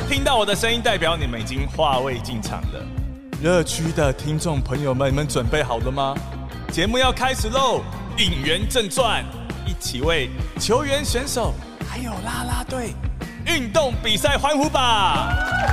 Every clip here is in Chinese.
听到我的声音，代表你们已经话位进场了。热区的听众朋友们，你们准备好了吗？节目要开始喽！应援正传，一起为球员、选手还有啦啦队运动比赛欢呼吧！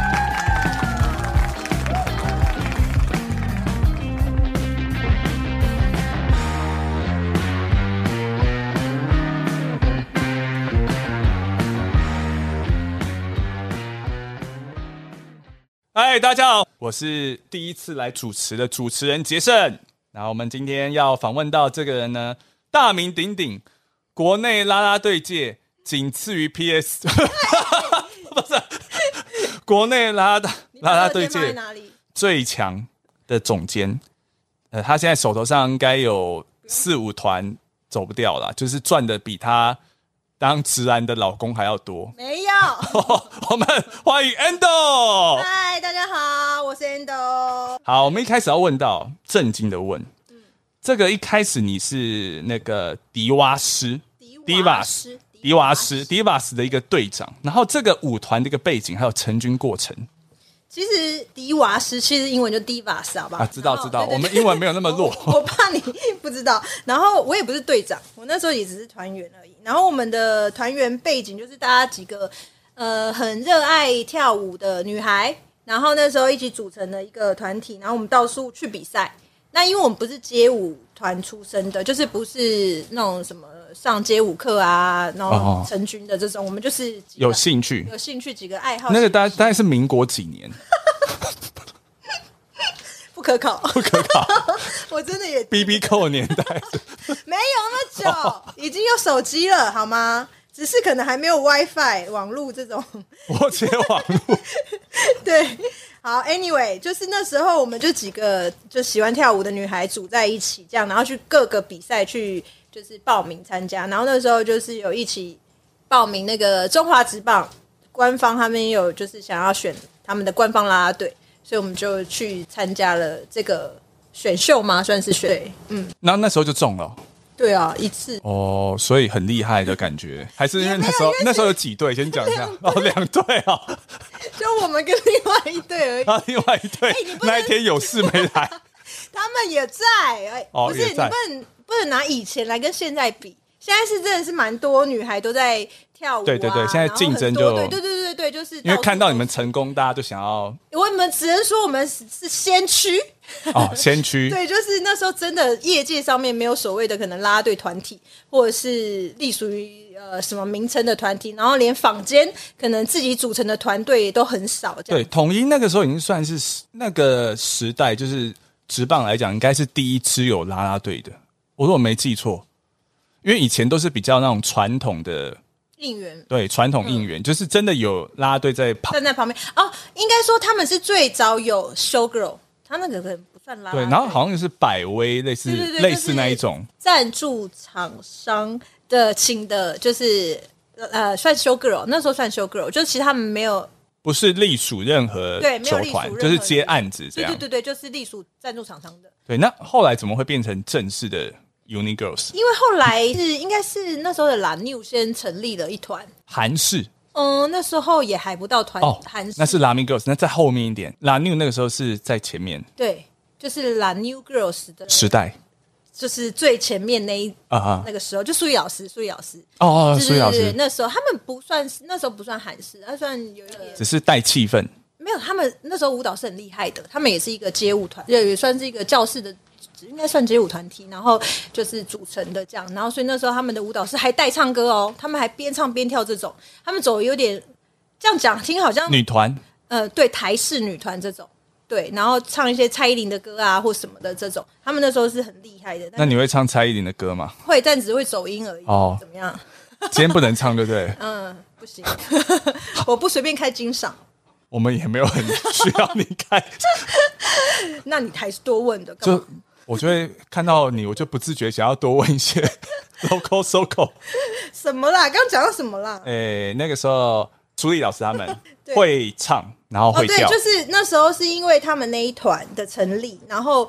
嗨，大家好，我是第一次来主持的主持人杰胜。那我们今天要访问到这个人呢，大名鼎鼎，国内啦啦队界仅次于 PS， 不是国内啦啦队界最强的总监。他现在手头上应该有4-5团走不掉啦，就是赚的比他当直男的老公还要多。 没有我们欢迎 Endo。 嗨，大家好，我是 Endo。 好，我们一开始要问到正经的问，这个一开始你是那个迪瓦斯的一个队长，然后这个舞团的一个背景还有成军过程。 其实迪瓦斯其实英文就 Divas 好不好？ 知道，我们英文没有那么弱。 我怕你不知道。然后我也不是队长，我那时候也只是团员而已。然后我们的团员背景就是大家几个很热爱跳舞的女孩，然后那时候一起组成了一个团体，然后我们到处去比赛。那因为我们不是街舞团出身的，就是不是那种什么上街舞课啊，然后成军的这种，我们就是有兴趣几个爱好。 那个大概是民国几年？ 不可考。我真的也 BB 扣年代没有那么久，已经有手机了好吗？只是可能还没有 WiFi 网路这种。 我接网路。 对，好 ，anyway， 就是那时候我们就几个就喜欢跳舞的女孩组在一起，这样，然后去各个比赛去就是报名参加，然后那时候就是有一起报名那个中华职棒官方，他们有就是想要选他们的官方啦啦队，所以我们就去参加了这个选秀嘛，算是选， 然后那时候就中了。 对啊，一次哦，所以很厉害的感觉，还是因为那时候有几队？先讲一下2队哦， 就我们跟另外一队而已。 另外一队那一天有事没来， 他们也在，不是你不能拿以前来跟现在比，现在是真的是蛮多女孩都在跳舞啊， 对，现在竞争就对，就是因为看到你们成功，大家都想要。 我们只能说我们是先驱。 先驱。 对，就是那时候真的业界上面没有所谓的可能啦啦队团体，或者是隶属于什么名称的团体，然后连坊间可能自己组成的团队也都很少。这样对， 统一那个时候已经算是那个时代，就是职棒来讲，应该是第一支有啦啦队的。我如果没记错，因为以前都是比较那种传统的应援， 对，传统应援，就是真的有啦啦队站在旁边。应该说他们是最早有 show girl。他那个可能不算啦啦队， 对，然后好像是百威类似那一种赞助厂商的请的，就是算 show girl， 那时候算 show girl， 就是其实他们没有不是隶属任何球团，就是接案子这样。 对，就是隶属赞助厂商的。 对，那后来怎么会变成正式的 Uni Girls？ 因为后来应该是那时候的 La New 先成立了一团韩式。 那时候也还不到团韩式， 那是 La New Girls， 那在后面一点 La New 那个时候是在前面。 对，就是 La New Girls 的时代， 就是最前面那个时候，就苏怡老师苏怡老师，那时候他们不算，那时候不算韩式，他算有一点， 只是带气氛。 没有，他们那时候舞蹈是很厉害的，他们也是一个街舞团，也算是一个教室的。应该算街舞团体，然后就是组成的这样，然后所以那时候他们的舞蹈是还带唱歌哦，他们还边唱边跳这种，他们走有点这样讲听好像女团， 对，台式女团这种，对，然后唱一些蔡依林的歌啊或什么的这种，他们那时候是很厉害的。 那你会唱蔡依林的歌吗？ 会，但只会走音而已。怎么样？ 今天不能唱，对不对？ 不行，我不随便开金赏。 我们也没有很需要你开， 那你还是多问的， 就。我就会看到你，我就不自觉想要多问一些 local 什么啦？刚讲到什么啦？ 那个时候苏丽老师他们会唱，然后会跳。 对，就是那时候是因为他们那一团的成立，然后应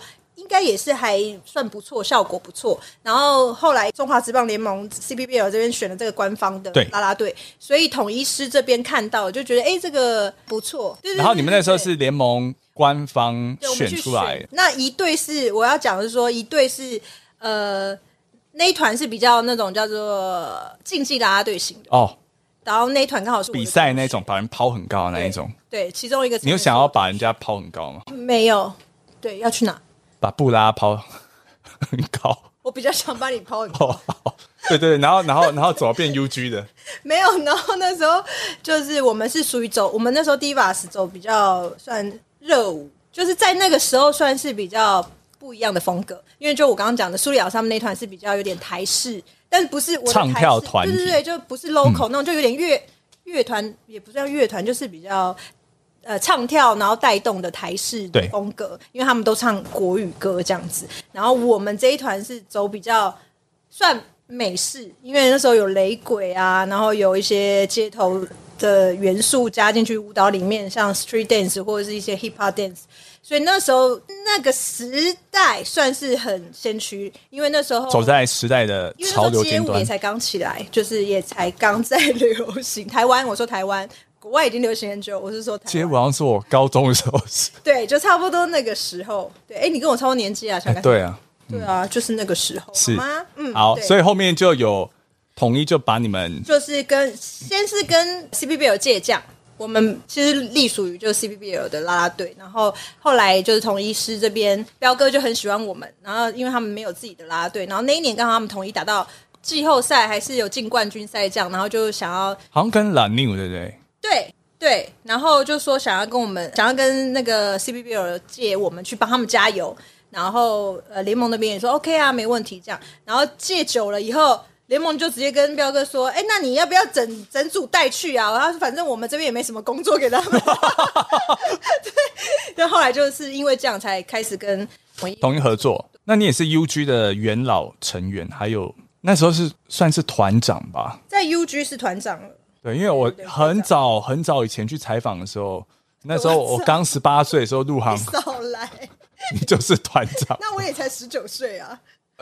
应该也是还算不错，效果不错。然后后来中华职棒联盟 CBBL 这边选了这个官方的啦啦队，所以统一师这边看到就觉得这个不错。对对对对对， 然后你们那时候是联盟官方选出来的， 那一队是我要讲的是说，一队是那一团是比较那种叫做竞技啦啦队型的哦。然后那一团刚好是比赛那种把人抛很高的那一种， 对，其中一个。 你有想要把人家抛很高吗？ 没有，对，要去哪？ 把布拉抛很高。 我比较想把你抛很高。 对对，然后怎么变 UG 的？ 没有，然后那时候就是我们是属于走，我们那时候 Divas 走比较算热舞，就是在那个时候算是比较不一样的风格，因为就我刚刚讲的苏里老师他们那团是比较有点台式。但是不是我的唱跳团体， 对对对，就不是 local 那种，就有点乐团，也不算乐团，就是比较唱跳然后带动的台式的风格，因为他们都唱国语歌这样子。然后我们这一团是走比较算美式，因为那时候有雷鬼啊，然后有一些街头的元素加进去舞蹈里面，像 street dance 或者是一些 hip hop dance。所以那时候那个时代算是很先驱，因为那时候走在时代的潮流尖端， 街舞也才刚起来，就是也才刚在流行。台湾，我说台湾，国外已经流行很久。我是说台湾街舞好像是我高中的时候是， 对，就差不多那个时候。对，你跟我差不多年纪啊，小甘。 对啊， 对啊，就是那个时候， 是吗？ 好，所以后面就有统一就把你们就是先是跟 CBBL 借将。我们其实隶属于就是 CBBL 的啦啦队，然后后来就是统一师这边彪哥就很喜欢我们，然后因为他们没有自己的啦啦队，然后那一年刚好他们统一打到季后赛还是有进冠军赛这样，然后就想要好像跟 La New 对不对？ 对对，然后就说想要跟那个 CBBL 借我们去帮他们加油，然后联盟那边也说 OK 啊没问题这样，然后借久了以后。联盟就直接跟彪哥说：“那你要不要整组带去啊？然后反正我们这边也没什么工作给他们。”对，就后来就是因为这样才开始跟统一合作。那你也是 UG 的元老成员，还有那时候是算是团长吧？ 在 UG 是团长了。 对，因为我很早以前去采访的时候，那时候我刚18岁的时候入行。 少来， 你就是团长。 那我也才19岁啊。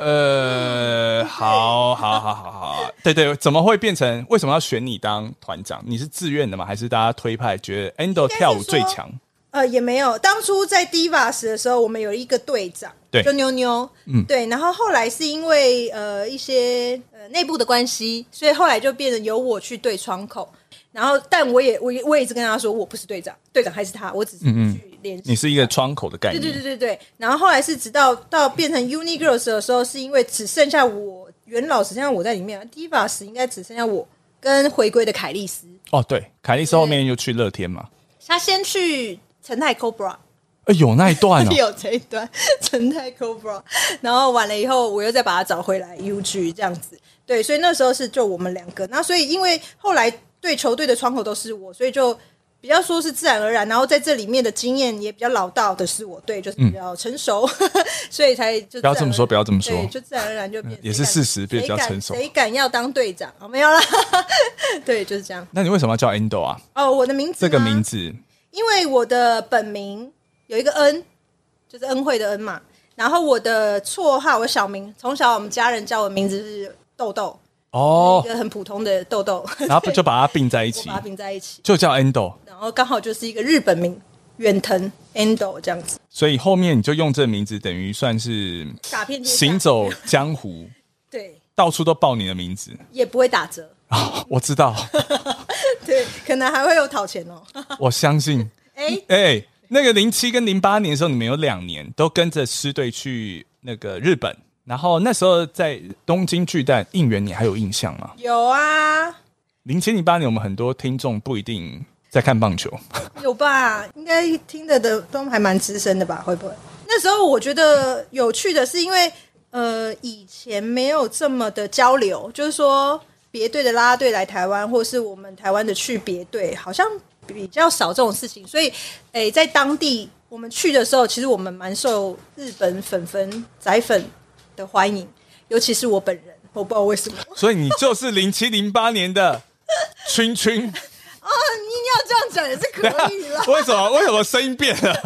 好，对，怎么会变成？为什么要选你当团长？你是自愿的吗？还是大家推派觉得 Endo 跳舞最强？ 也没有。当初在 Divas 的时候，我们有一个队长， 对， 就妞妞，对。然后后来是因为一些内部的关系，所以后来就变成由我去对窗口。然后，但我也一直跟他说，我不是队长，队长还是他，我只是去联系。 你是一个窗口的概念。 对。然后后来是直到变成 Uni Girls 的时候，是因为只剩下我元老，只剩下我在里面 ，Divas 应该只剩下我跟回归的凯莉丝。 哦，对，凯莉丝后面又去乐天嘛。 他先去陈泰 Cobra。 有那一段哦， 有这一段陈泰 Cobra， 然后完了以后，我又再把他找回来 UG 这样子。对，所以那时候是就我们两个。那所以因为后来。对球队的窗口都是我，所以就比较说是自然而然，然后在这里面的经验也比较老道的是我，对，就是比较成熟，所以才就不要这么说，不要这么说， 对，就自然而然就变， 也是事实，比较成熟。 谁敢要当队长？没有啦，对，就是这样。 那你为什么要叫 Endo 啊？ 我的名字， 这个名字， 因为我的本名有一个恩，就是恩惠的恩嘛。然后我的绰号，我小名，从小我们家人叫我的名字是豆豆。一个很普通的豆豆， 然后就把它并在一起， 把它并在一起， 就叫 Endo， 然后刚好就是一个日本名远藤 Endo 这样子， 所以后面你就用这个名字，等于算是打遍行走江湖， 对， 到处都报你的名字， 也不会打折我知道， 对，可能还会有讨钱哦， 我相信，那个07跟08年的时候，你们有2年都跟着狮队去那个日本。然后那时候在东京巨蛋应援，你还有印象吗？ 有啊 ，07、08年我们很多听众不一定在看棒球， 有吧？应该听的都还蛮资深的吧？会不会？那时候我觉得有趣的是，因为以前没有这么的交流，就是说别队的啦啦队来台湾，或是我们台湾的去别队，好像比较少这种事情，所以在当地我们去的时候，其实我们蛮受日本仔粉的欢迎，尤其是我本人，我不知道为什么。 所以你就是07、08年的君哦，你要这样讲也是可以啦。 为什么声音变了？ 因为觉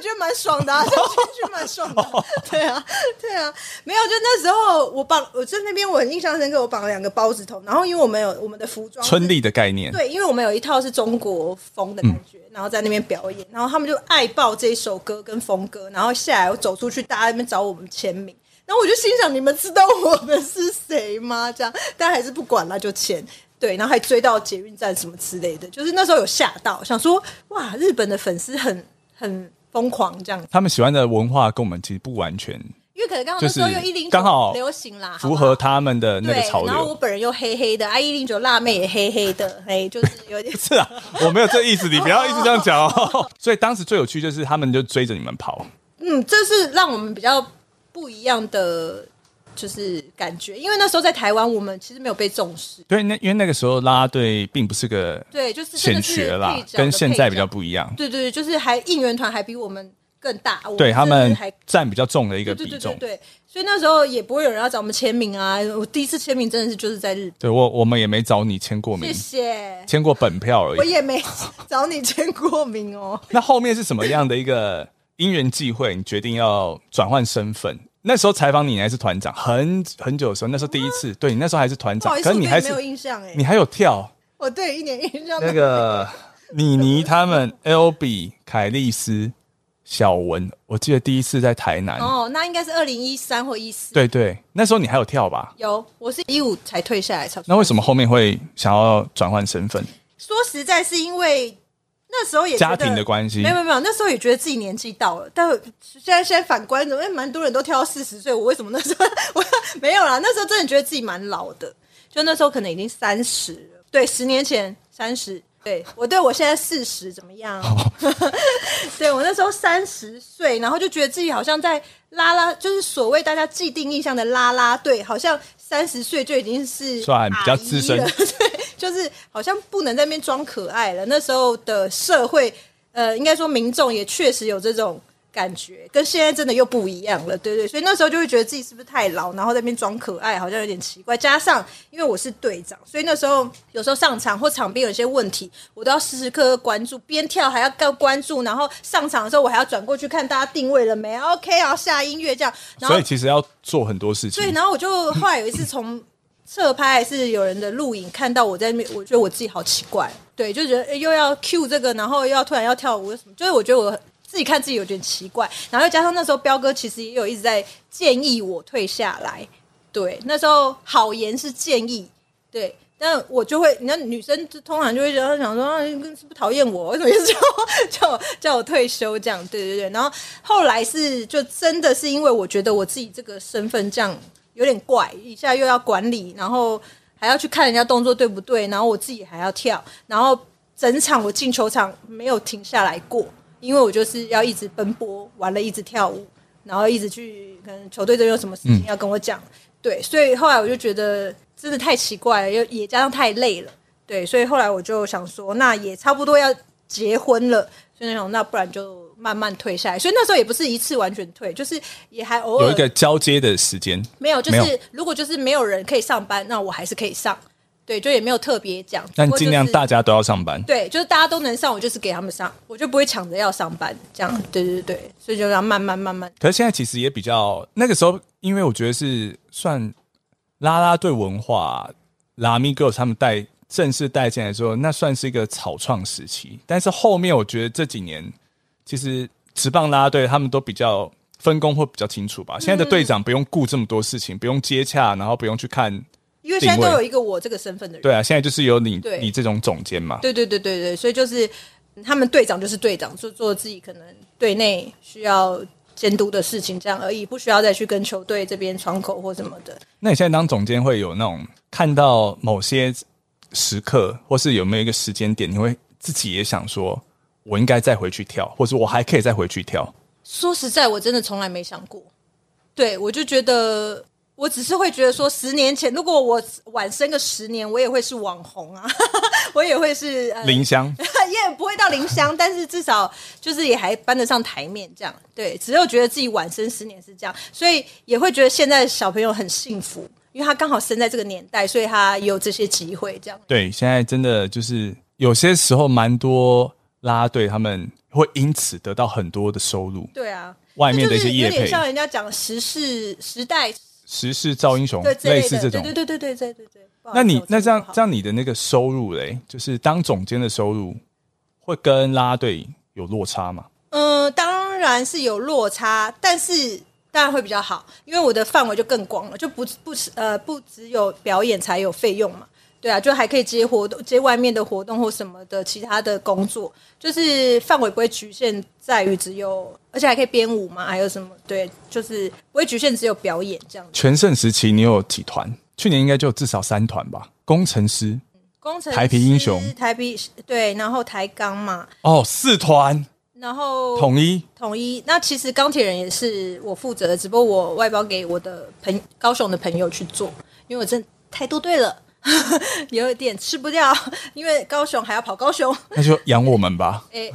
觉得蛮爽的啊，上进去蛮爽的。对啊，没有，就那时候我在那边我很印象深刻，我绑了2个包子头，然后因为我们有我们的服装春丽的概念， 对，因为我们有一套是中国风的感觉，然后在那边表演，然后他们就爱报这一首歌跟风歌，然后下来我走出去，大家在那边找我们签名。然后我就心想，你们知道我们是谁吗？这样，但还是不管了，就签。对，然后还追到捷运站什么之类的，就是那时候有吓到，想说哇，日本的粉丝很疯狂这样子。 他们喜欢的文化跟我们其实不完全， 因为可能刚好那时候又109 刚好流行啦， 符合他们的那个潮流。 然后我本人又黑黑的，109辣妹也黑黑的，就是有点是啊，我没有这意思，你不要一直这样讲哦。所以当时最有趣就是他们就追着你们跑， 这是让我们比较不一样的就是感觉，因为那时候在台湾我们其实没有被重视。 对，因为那个时候啦啦队并不是个对，就是显学啦，跟现在比较不一样。 对，就是还应援团还比我们更大， 对，他们还占比较重的一个比重。 对，所以那时候也不会有人要找我们签名啊。我第一次签名真的是就是在日本。 对，我们也没找你签过名， 谢谢， 签过本票而已。 我也没找你签过名哦。 那后面是什么样的一个因缘际会，你决定要转换身份？那时候采访你还是团长，很久的时候，那时候第一次，对你那时候还是团长，可是你还是没有印象哎， 你还有跳， 我对一点印象。 那个妮妮他们 LB 凯莉丝小文，我记得第一次在台南哦，那应该是2013或14。 对，那时候你还有跳吧？ 有，我是15才退下来， 那为什么后面会想要转换身份？ 说实在是因为那时候也家庭的关系， 没有，那时候也觉得自己年纪到了，但现在反观，怎么蛮多人都跳到40岁，我为什么那时候我没有啦？那时候真的觉得自己蛮老的，就那时候可能已经30了，对，10年前30，对我现在40怎么样？对，我那时候30岁，然后就觉得自己好像在啦啦，就是所谓大家既定印象的啦啦队，好像30岁就已经是算比较资深， 对，就是好像不能在那边装可爱了。那时候的社会，应该说民众也确实有这种感觉，跟现在真的又不一样了，对，所以那时候就会觉得自己是不是太老，然后在那边装可爱，好像有点奇怪。加上因为我是队长，所以那时候有时候上场或场边有些问题，我都要时时刻刻关注，边跳还要关注，然后上场的时候我还要转过去看大家定位了没 ，OK， 然后下音乐这样。然后所以其实要做很多事情。 对，然后我就后来有一次从侧拍还是有人的录影看到我在那边，我觉得我自己好奇怪，对，就觉得又要 cue 这个，然后又要突然要跳舞什么，就是我觉得我自己看自己有点奇怪，然后又加上那时候彪哥其实也有一直在建议我退下来，对，那时候好言是建议，对，但我就会，你看女生就通常就会想说，是不是讨厌我？为什么一直叫我退休这样？对，然后后来是就真的是因为我觉得我自己这个身份这样有点怪，一下又要管理，然后还要去看人家动作对不对，然后我自己还要跳，然后整场我进球场没有停下来过，因为我就是要一直奔波，完了一直跳舞，然后一直去可能球队这边有什么事情要跟我讲，对，所以后来我就觉得真的太奇怪了，也加上太累了，对，所以后来我就想说，那也差不多要结婚了，所以想那不然就慢慢退下来，所以那时候也不是一次完全退，就是也还偶尔有一个交接的时间， 没有，就是如果就是没有人可以上班，那我还是可以上，对，就也没有特别讲， 但尽量大家都要上班， 对，就是大家都能上，我就是给他们上，我就不会抢着要上班，这样，对，所以就要慢慢。 可是现在其实也比较那个时候，因为我觉得是算啦啦队文化，Lamy Girls 他们正式带进来之后，那算是一个草创时期。但是后面我觉得这几年，其实职棒啦啦队他们都比较分工会比较清楚吧。现在的队长不用顾这么多事情，不用接洽，然后不用去看， 因为现在都有一个我这个身份的人。 对啊，现在就是有你这种总监嘛。 对，所以就是他们队长就是队长，就做自己可能队内需要监督的事情这样而已，不需要再去跟球队这边窗口或什么的。 那你现在当总监会有那种看到某些时刻，或是有没有一个时间点，你会自己也想说，我应该再回去跳，或者我还可以再回去跳？ 说实在，我真的从来没想过。对，我就觉得，我只是会觉得说，10年前如果我晚生个10年，我也会是网红啊，我也会是林香， 也不会到林香，但是至少就是也还搬得上台面这样。对，只有觉得自己晚生10年是这样，所以也会觉得现在的小朋友很幸福。因为他刚好生在这个年代，所以他有这些机会这样。 对，现在真的就是有些时候蛮多啦啦队他们会因此得到很多的收入。 对啊， 外面的一些业配， 有点像人家讲时代时势造英雄， 对类似这种。 对。 那这样你的那个收入嘞，就是当总监的收入，会跟啦啦队有落差吗？ 当然是有落差，但是当然会比较好，因为我的范围就更广了，就不只有表演才有费用嘛。对啊，就还可以接活动、接外面的活动或什么的其他的工作，就是范围不会局限在于只有，而且还可以编舞嘛，还有什么？对，就是不会局限只有表演这样子。 全盛时期你有几团？去年应该就至少3团吧。工程师、台皮英雄、 台皮对，然后台钢嘛。 哦，4团。 然后统一， 那其实钢铁人也是我负责的，只不过我外包给我的高雄的朋友去做，因为我真的太多队了，有点吃不掉，因为高雄还要跑高雄， 那就养我们吧。 对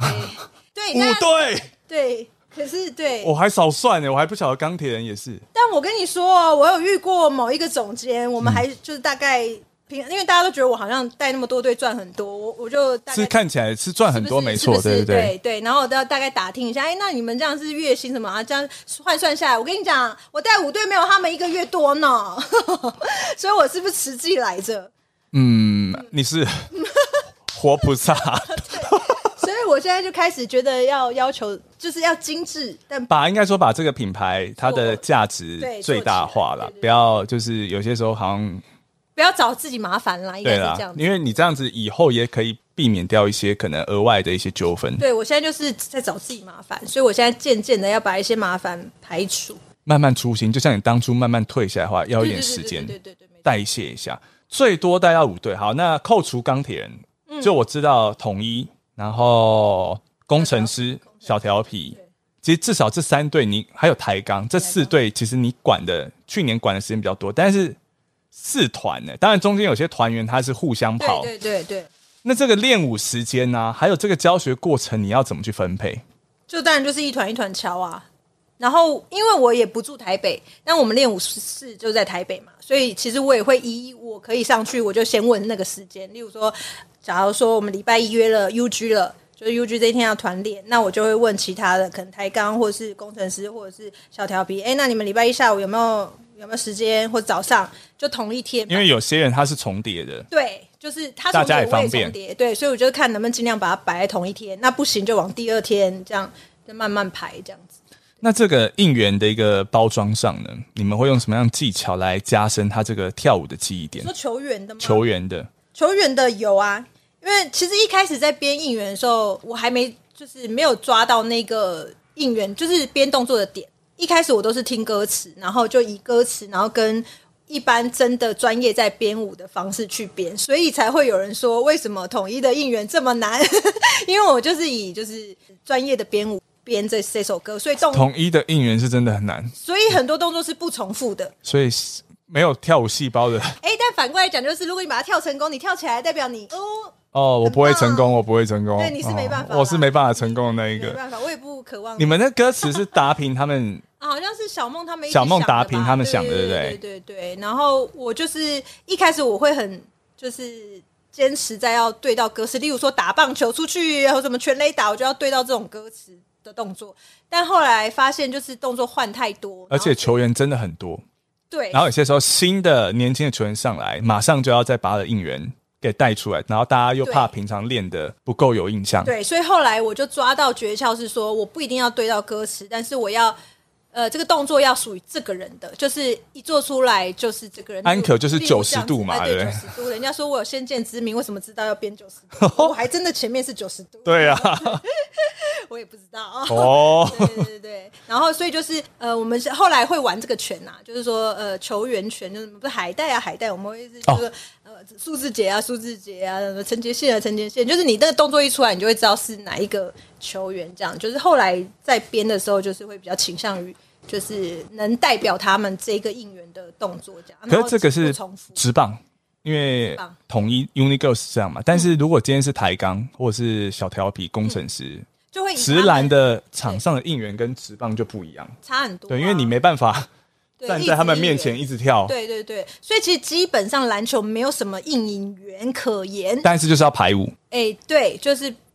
5队， 对，可是对我还少算呢，我还不晓得钢铁人也是。 但我跟你说，我有遇过某一个总监，我们还就是大概。因为大家都觉得我好像带那么多队赚很多，我就大概是看起来是赚很多，没错，对对对。然后我都要大概打听一下，那你们这样是月薪什么啊？这样换算下来，我跟你讲，我带5队没有他们1个月多呢，所以我是不是实际来着？ 你是活菩萨。 所以我现在就开始觉得要求就是要精致，但应该说把这个品牌它的价值最大化了，不要就是有些时候好像。 不要找自己麻烦啦，应该是这样子。 因为你这样子以后也可以避免掉一些可能额外的一些纠纷。 对，我现在就是在找自己麻烦，所以我现在渐渐的要把一些麻烦排除， 慢慢出新。就像你当初慢慢退下来的话，要一点时间代谢一下，最多带到5队。好，那扣除钢铁人，就我知道统一，然后工程师、小调皮。其实至少这3队，你还有台钢这4队，其实你去年管的时间比较多，但是。4团呢，当然中间有些团员他是互相跑， 对。 那这个练舞时间啊，还有这个教学过程，你要怎么去分配？ 就当然就是一团一团敲啊。然后因为我也不住台北，但我们练舞室就在台北嘛，所以其实我也会我可以上去，我就先问那个时间。例如说，假如说我们礼拜1约了 UG 了。就是 UG 这一天要团练，那我就会问其他的，可能台钢或者是工程师或者是小调皮，那你们礼拜1下午有没有时间，或者早上就同一天？ 因为有些人他是重叠的， 对，就是他重叠，大家也方便，对，所以我就看能不能尽量把它摆在同一天，那不行就往第2天这样就慢慢排这样子。 那这个应援的一个包装上呢，你们会用什么样的技巧来加深他这个跳舞的记忆点？ 说球员的吗？ 球员的有啊。因为其实一开始在编应援的时候，我还没有抓到那个应援，就是编动作的点。一开始我都是听歌词，然后就以歌词，然后跟一般真的专业在编舞的方式去编，所以才会有人说为什么统一的应援这么难？因为我就是以专业的编舞编这首歌，所以统一的应援是真的很难， 所以很多动作是不重复的， 所以没有跳舞细胞的。 但反过来讲，就是如果你把它跳成功，你跳起来代表你我不会成功， 对，你是没办法， 我是没办法成功的那一个， 没办法，我也不渴望。 你们的歌词是达平他们好像是小梦他们达平他们想的，对不对？对。然后我就是一开始我会很坚持在要对到歌词，例如说打棒球出去，然后什么全垒打，我就要对到这种歌词的动作。但后来发现就是动作换太多， 而且球员真的很多， 对。 然后有些时候新的年轻的球员上来，马上就要再把他的应援给带出来，然后大家又怕平常练的不够有印象， 对，所以后来我就抓到诀窍，是说我不一定要对到歌词，但是我要这个动作要属于这个人的，就是一做出来就是这个人。 安可就是90度嘛，对 ，90度。人家说我有先见之明，为什么知道要编90度？我还真的前面是90度。 对啊， 我也不知道哦。对。然后所以我们后来会玩这个拳啊，就是说球员拳，就是不是海带，我们会就是数字节啊，陈杰宪，就是你那个动作一出来，你就会知道是哪一个球员。这样就是后来在编的时候，就是会比较倾向于就是能代表他们这个应援的动作这样。 可是这个是职棒，因为统一 Unigirls 是这样嘛。但是如果今天是台钢或者是小调皮工程师， 就会职篮的场上的应援跟职棒就不一样， 差很多。 对，因为你没办法站在他们面前一直跳。 对，所以其实基本上篮球没有什么应援可言， 但是就是要排舞。 对，就是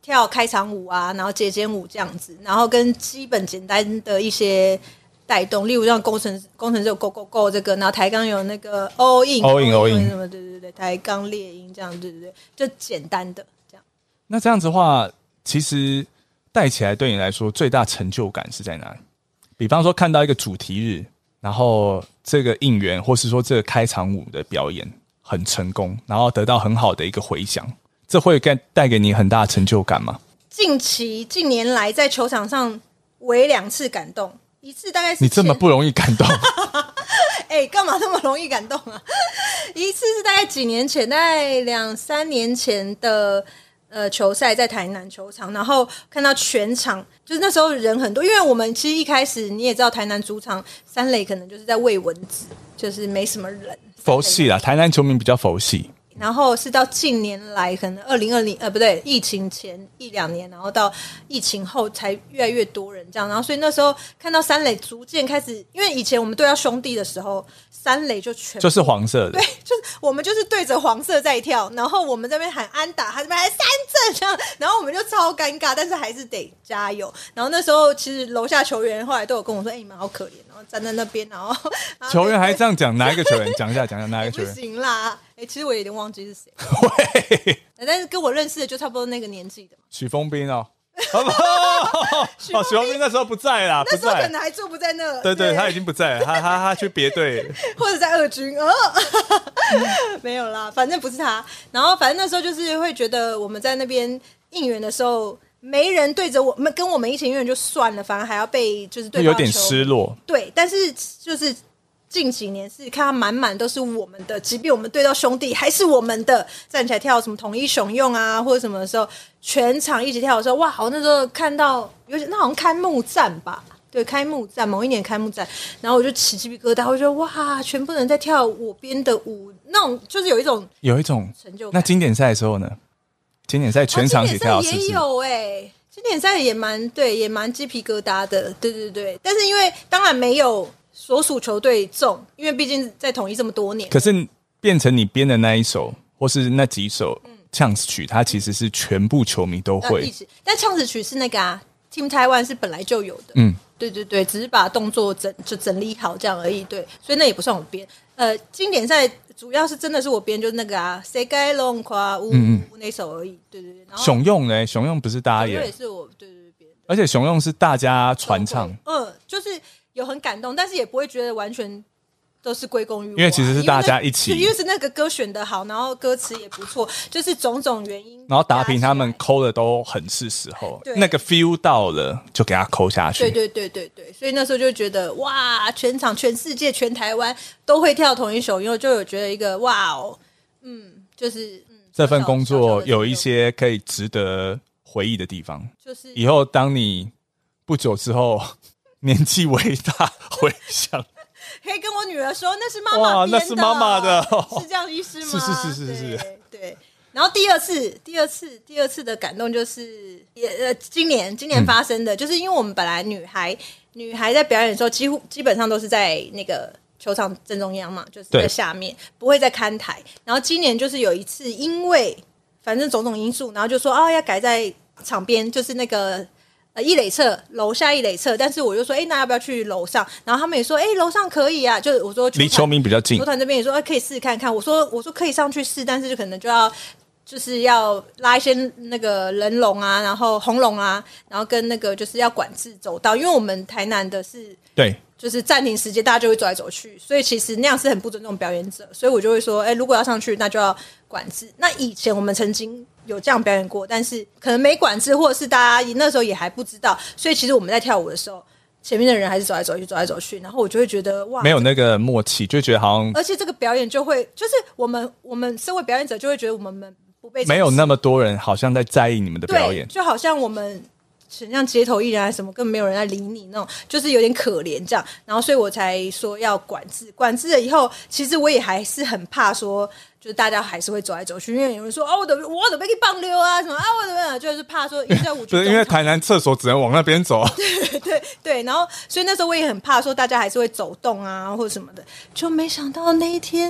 跳开场舞啊，然后节剪舞这样子，然后跟基本简单的一些带动，例如像工程师有 Go Go Go 这个，然后抬杠有那个 All In 什么，对，抬杠猎鹰这样，对，就简单的这样。 那这样子的话，其实带起来对你来说最大成就感是在哪里？比方说看到一个主题日，然后这个应援或是说这个开场舞的表演很成功，然后得到很好的一个回响，这会带给你很大的成就感吗？ 近年来在球场上唯2次感动，一次大概是你这么不容易感动干嘛那么容易感动啊？一次是大概几年前，大概2-3年前的球赛，在台南球场，然后看到全场，就是那时候人很多，因为我们其实一开始你也知道，台南主场三垒可能就是在喂蚊子，就是没什么人， 佛系啦，台南球迷比较佛系。 然后是到近年来，可能2020疫情前1-2年，然后到疫情后才越来越多人这样，然后所以那时候看到三垒逐渐开始，因为以前我们对到兄弟的时候，三垒就是黄色的，对，就是我们就是对着黄色在跳，然后我们这边喊安打，他这边喊三振这样，然后我们就超尴尬，但是还是得加油。然后那时候其实楼下球员后来都有跟我说：“你们好可怜。”然后站在那边，然后球员还这样讲，哪一个球员？讲一下哪一个球员？ 不行啦，其实我有点忘记是谁。 喂， 但是跟我认识的就差不多那个年纪的嘛。 许峰斌哦。许峰斌那时候不在啦， 那时候可能还坐不在那。 对，他已经不在了，他去别队了， 或者在二军没有啦，反正不是他。然后反正那时候就是会觉得我们在那边应援的时候，没人对着我们跟我们一起应援就算了，反而还要被就是对方有点失落。 对，但是就是近几年是看到满都是我们的，即便我们对到兄弟还是我们的，站起来跳什么统一雄用啊或者什么的时候，全场一起跳的时候，哇，好那时候看到那好像开幕战吧，对，开幕战某一年开幕战，然后我就起鸡皮疙瘩，我觉得哇，全部人在跳我编的舞，那种就是有一种成就感。 那经典赛的时候呢？经典赛全场一起跳， 经典赛也有经典赛也蛮鸡皮疙瘩的，对。但是因为当然没有所属球队重，因为毕竟在统一这么多年。 可是变成你编的那一首，或是那几首呛死曲，它其实是全部球迷都会。 但呛死曲是那个Team Taiwan 是本来就有的，对，只是把动作整理好这样而已，对，所以那也不算我编。经典赛主要是真的是我编，就是那个谁该龙夸乌那首而已，对。然后雄用呢？雄用不是大家也是我对编的， 而且雄用是大家传唱， 就是有很感动，但是也不会觉得完全都是归功于我， 因为其实是大家一起， 因为是那个歌选得好，然后歌词也不错，就是种种原因， 然后达平他们抠的都很是时候，那个 feel 到了就给他抠下去， 对，所以那时候就觉得哇，全场全世界全台湾都会跳同一首，因为就有觉得一个哇哦，就是这份工作有一些可以值得回忆的地方，就是以后当你不久之后年纪为大回想， 可以跟我女儿说那是妈妈编的，哇， 那是妈妈的， 是这样意思吗？ 是， 对。然后第二次的感动就是今年发生的，就是因为我们本来女孩在表演的时候，基本上都是在那个球场正中央嘛，就是在下面，不会在看台。然后今年就是有一次，因为反正种种因素，然后就说要改在场边，就是那个一垒侧楼下一垒侧，但是我就说那要不要去楼上？然后他们也说楼上可以啊，就是我说离球迷比较近， 球团这边也说可以试试看看。我说可以上去试，但是就可能就是要拉一些那个人龙啊，然后红龙啊，然后跟那个就是要管制走道，因为我们台南的是对， 就是暂停时间大家就会走来走去，所以其实那样是很不尊重表演者，所以我就会说如果要上去那就要管制。那以前我们曾经有这样表演过，但是可能没管制，或者是大家那时候也还不知道，所以其实我们在跳舞的时候，前面的人还是走来走去，然后我就会觉得哇， 没有那个默契，就觉得好像， 而且这个表演就会就是我们身为表演者就会觉得我们不被没有那么多人好像在意你们的表演， 就好像我们很像街头艺人还是什么，根本没有人在理你那种，就是有点可怜这样。然后所以我才说要管制了以后，其实我也还是很怕说，就是大家还是会走来走去，因为有人说我的被棒溜啊什么我的就是怕说因为在舞对，因为台南厕所只能往那边走， 对，然后所以那时候我也很怕说大家还是会走动啊或者什么的，就没想到那一天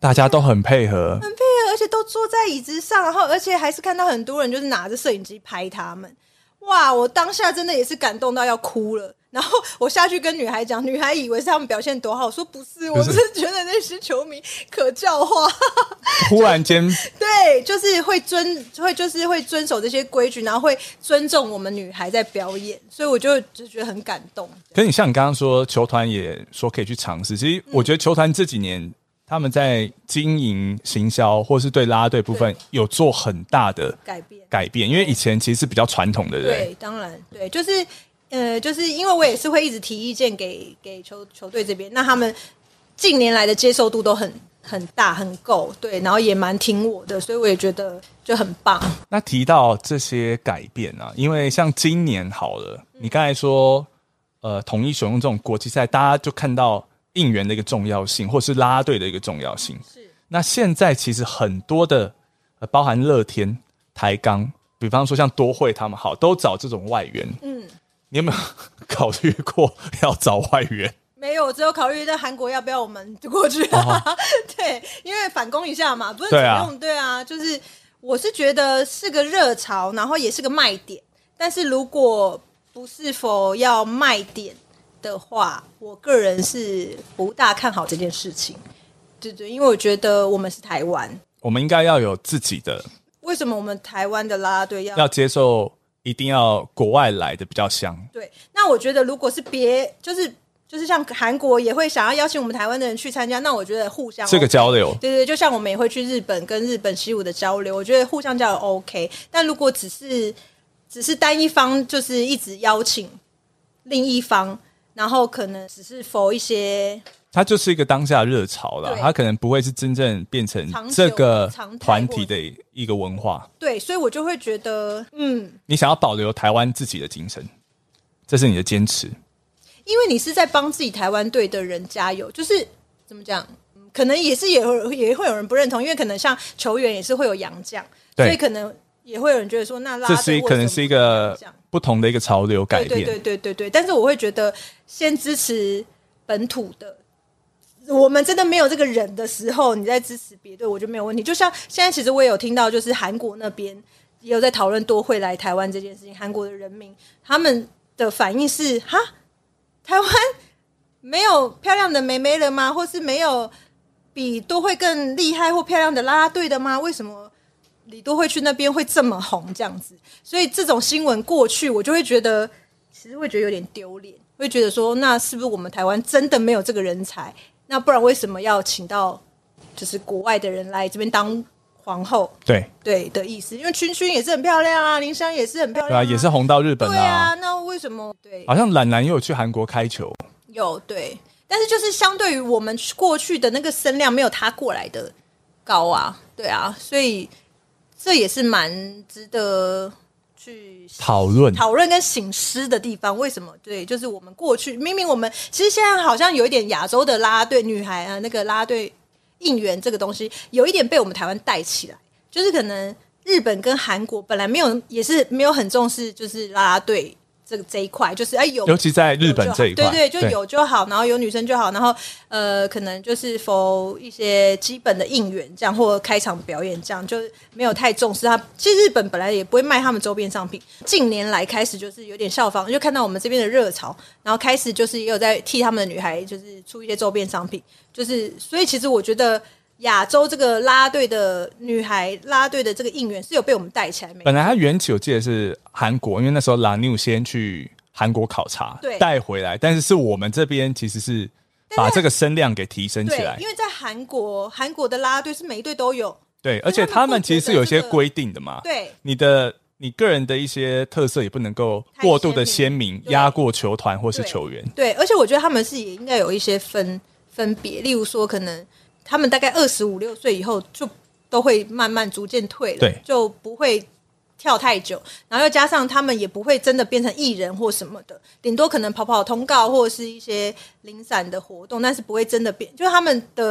大家都很配合， 而且都坐在椅子上，然后而且还是看到很多人就是拿着摄影机拍他们。哇，我当下真的也是感动到要哭了。然后我下去跟女孩讲，女孩以为是他们表现多好，我说不是，我是觉得那些球迷可教化。 忽然间对，就是会遵守这些规矩，然后会尊重我们女孩在表演，所以我就觉得很感动。 可是你像你刚刚说球团也说可以去尝试，其实我觉得球团这几年他们在经营行销或是对啦啦队部分有做很大的改变，因为以前其实是比较传统的人。 对，当然对，就是因为我也是会一直提意见给球队这边，那他们近年来的接受度都很大很够，对，然后也蛮听我的，所以我也觉得就很棒。 那提到这些改变啊，因为像今年好了，你刚才说统一选用这种国际赛，大家就看到应援的一个重要性，或是啦啦队的一个重要性。是。那现在其实很多的包含乐天、台钢，比方说像多惠他们好，都找这种外援。你有没有考虑过要找外援？ 没有，只有考虑在韩国要不要我们过去。对，因为反攻一下嘛，不是对啊，就是我是觉得是个热潮，然后也是个卖点。但是如果不是否要卖点的话，我个人是不大看好这件事情。对，因为我觉得我们是台湾， 我们应该要有自己的。 为什么我们台湾的啦啦队要接受？一定要国外来的比较香。 对，那我觉得如果是就是像韩国也会想要邀请我们台湾的人去参加，那我觉得互相、OK, 这个交流， 对，就像我们也会去日本跟日本习武的交流，我觉得互相交流 OK。但如果只是单一方就是一直邀请另一方，然后可能只是否一些。 它就是一个当下热潮啦，它可能不会是真正变成这个团体的一个文化。 对，所以我就会觉得， 你想要保留台湾自己的精神，这是你的坚持。 因为你是在帮自己台湾队的人加油，就是怎么讲，可能也会有人不认同，因为可能像球员也是会有洋将，所以可能也会有人觉得说，那啦啦队可能是一个不同的一个潮流改变。 对。但是我会觉得，先支持本土的。我们真的没有这个人的时候，你在支持别队，我觉得没有问题。就像现在，其实我也有听到，就是韩国那边也有在讨论多会来台湾这件事情。韩国的人民他们的反应是：哈，台湾没有漂亮的妹妹了吗？或是没有比多会更厉害或漂亮的啦啦队的吗？为什么李多会去那边会这么红这样子？所以这种新闻过去，我就会觉得，其实会觉得有点丢脸，会觉得说，那是不是我们台湾真的没有这个人才？那不然为什么要请到就是国外的人来这边当皇后？对的意思，因为君君也是很漂亮啊，林湘也是很漂亮、 也是红到日本啊。 对啊，那为什么？对， 好像懒懒也有去韩国开球， 有对，但是就是相对于我们过去的那个声量，没有他过来的高啊，对啊，所以这也是蛮值得。去讨论跟省思的地方，为什么？对，就是我们过去明明我们其实现在好像有一点亚洲的啦啦队女孩啊，那个啦啦队应援这个东西，有一点被我们台湾带起来，就是可能日本跟韩国本来也是没有很重视，就是啦啦队这一块，就是尤其在日本这一块， 对，就有就好，然后有女生就好，然后可能就是否一些基本的应援这样，或开场表演这样，就没有太重视它。其实日本本来也不会卖他们周边商品，近年来开始就是有点效仿，就看到我们这边的热潮，然后开始就是也有在替他们的女孩就是出一些周边商品，就是所以其实我觉得。亚洲这个啦啦队的女孩啦啦队的这个应援是有被我们带起来。 本来它缘起我记得是韩国，因为那时候La New 先去韩国考察，带回来，但是我们这边其实是把这个声量给提升起来。 因为在韩国的啦啦队是每一队都有， 对，而且他们其实是有一些规定的嘛， 对， 你个人的一些特色也不能够过度的鲜明，压过球团或是球员。 对，而且我觉得他们是也应该有一些分别，例如说可能。他们大概25、26岁以后就都会慢慢逐渐退了， 对， 就不会跳太久，然后又加上他们也不会真的变成艺人或什么的，顶多可能跑通告或者是一些零散的活动，但是不会真的变，就是他们的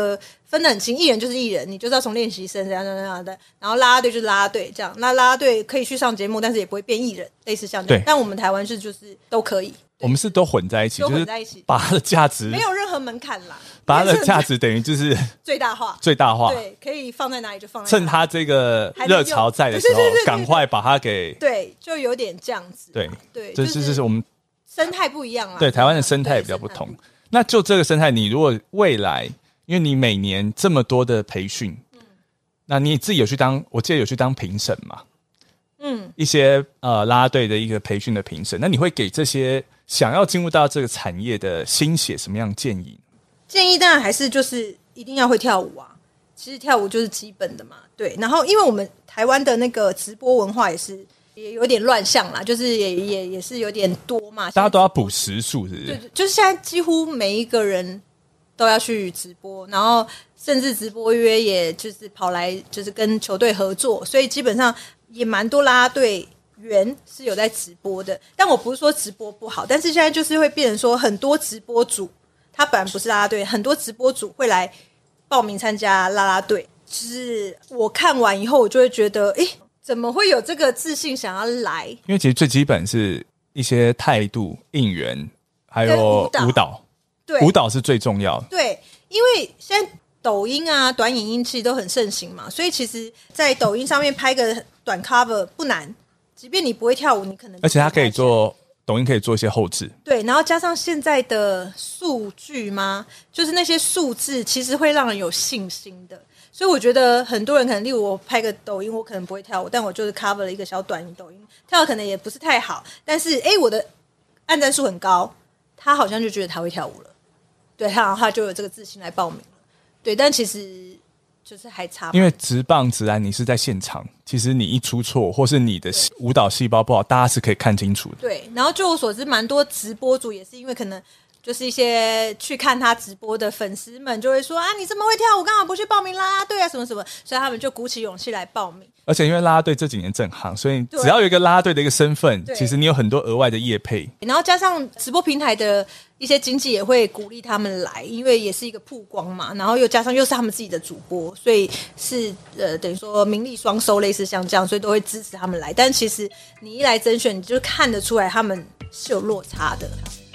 分得很清，艺人就是艺人，你就是要从练习生这样的，然后啦啦队就是啦啦队这样，那啦啦队可以去上节目，但是也不会变艺人，类似像这样。但我们台湾就是都可以， 我们是都混在一起， 都混在一起， 就是把它的价值没有任何门槛啦， 把它的价值等于就是最大化，对，可以放在哪里就放在哪里， 趁它这个热潮在的时候，赶快把它给对，就有点这样子，对， 就是我们生态不一样啊， 对，台湾的生态也比较不同。那就这个生态，你如果未来，因为你每年这么多的培训，那你自己有去当，我记得有去当评审嘛，一些啦啦队的一个培训的评审，那你会给这些想要进入到这个产业的新血什么样的建议？ 建议当然还是就是一定要会跳舞啊，其实跳舞就是基本的嘛，对。然后因为我们台湾的那个直播文化也有点乱象啦，就是也是有点多嘛， 大家都要补时数，是不是？ 对，就是现在几乎每一个人都要去直播，然后甚至直播约也就是跑来就是跟球队合作，所以基本上也蛮多啦啦队员是有在直播的。但我不是说直播不好，但是现在就是会变成说很多直播主他本来不是啦啦队，很多直播主会来报名参加啦啦队。就是我看完以后，我就会觉得，怎么会有这个自信想要来？ 因为其实最基本是一些态度、应援，还有舞蹈。对，舞蹈是最重要的。 对，因为现在抖音啊、短影音其实都很盛行嘛，所以其实，在抖音上面拍个短 cover 不难，即便你不会跳舞，你可能而且它可以做。抖音可以做一些后置， 对，然后加上现在的数据嘛，就是那些数字其实会让人有信心的，所以我觉得很多人可能，例如我拍个抖音，我可能不会跳舞，但我就是 cover 了一个小短音抖音，跳的可能也不是太好，但是我的按赞数很高，他好像就觉得他会跳舞了，对，他就有这个自信来报名了，对，但其实就是还差， 因为职棒职篮你是在现场，其实你一出错或是你的舞蹈细胞不好，大家是可以看清楚的。 对，然后就我所知，蛮多直播主也是因为可能就是一些去看他直播的粉丝们就会说啊，你这么会跳舞，干嘛不去报名啦啦队啊什么什么，所以他们就鼓起勇气来报名。 而且因为啦啦队这几年正夯，所以只要有一个啦啦队的一个身份，其实你有很多额外的业配， 然后加上直播平台的一些经纪也会鼓励他们来，因为也是一个曝光嘛，然后又加上又是他们自己的主播，所以是等于说名利双收，类似像这样，所以都会支持他们来。但其实你一来甄选，你就看得出来他们是有落差的。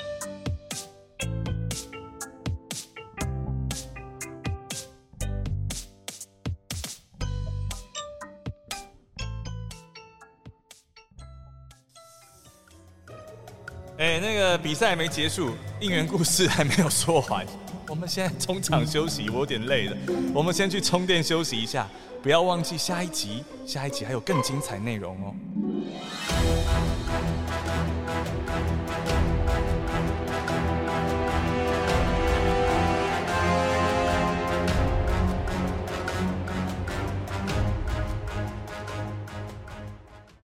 那个比赛还没结束，应援故事还没有说完，我们现在中场休息，我有点累了，我们先去充电休息一下，不要忘记下一集还有更精彩内容哦。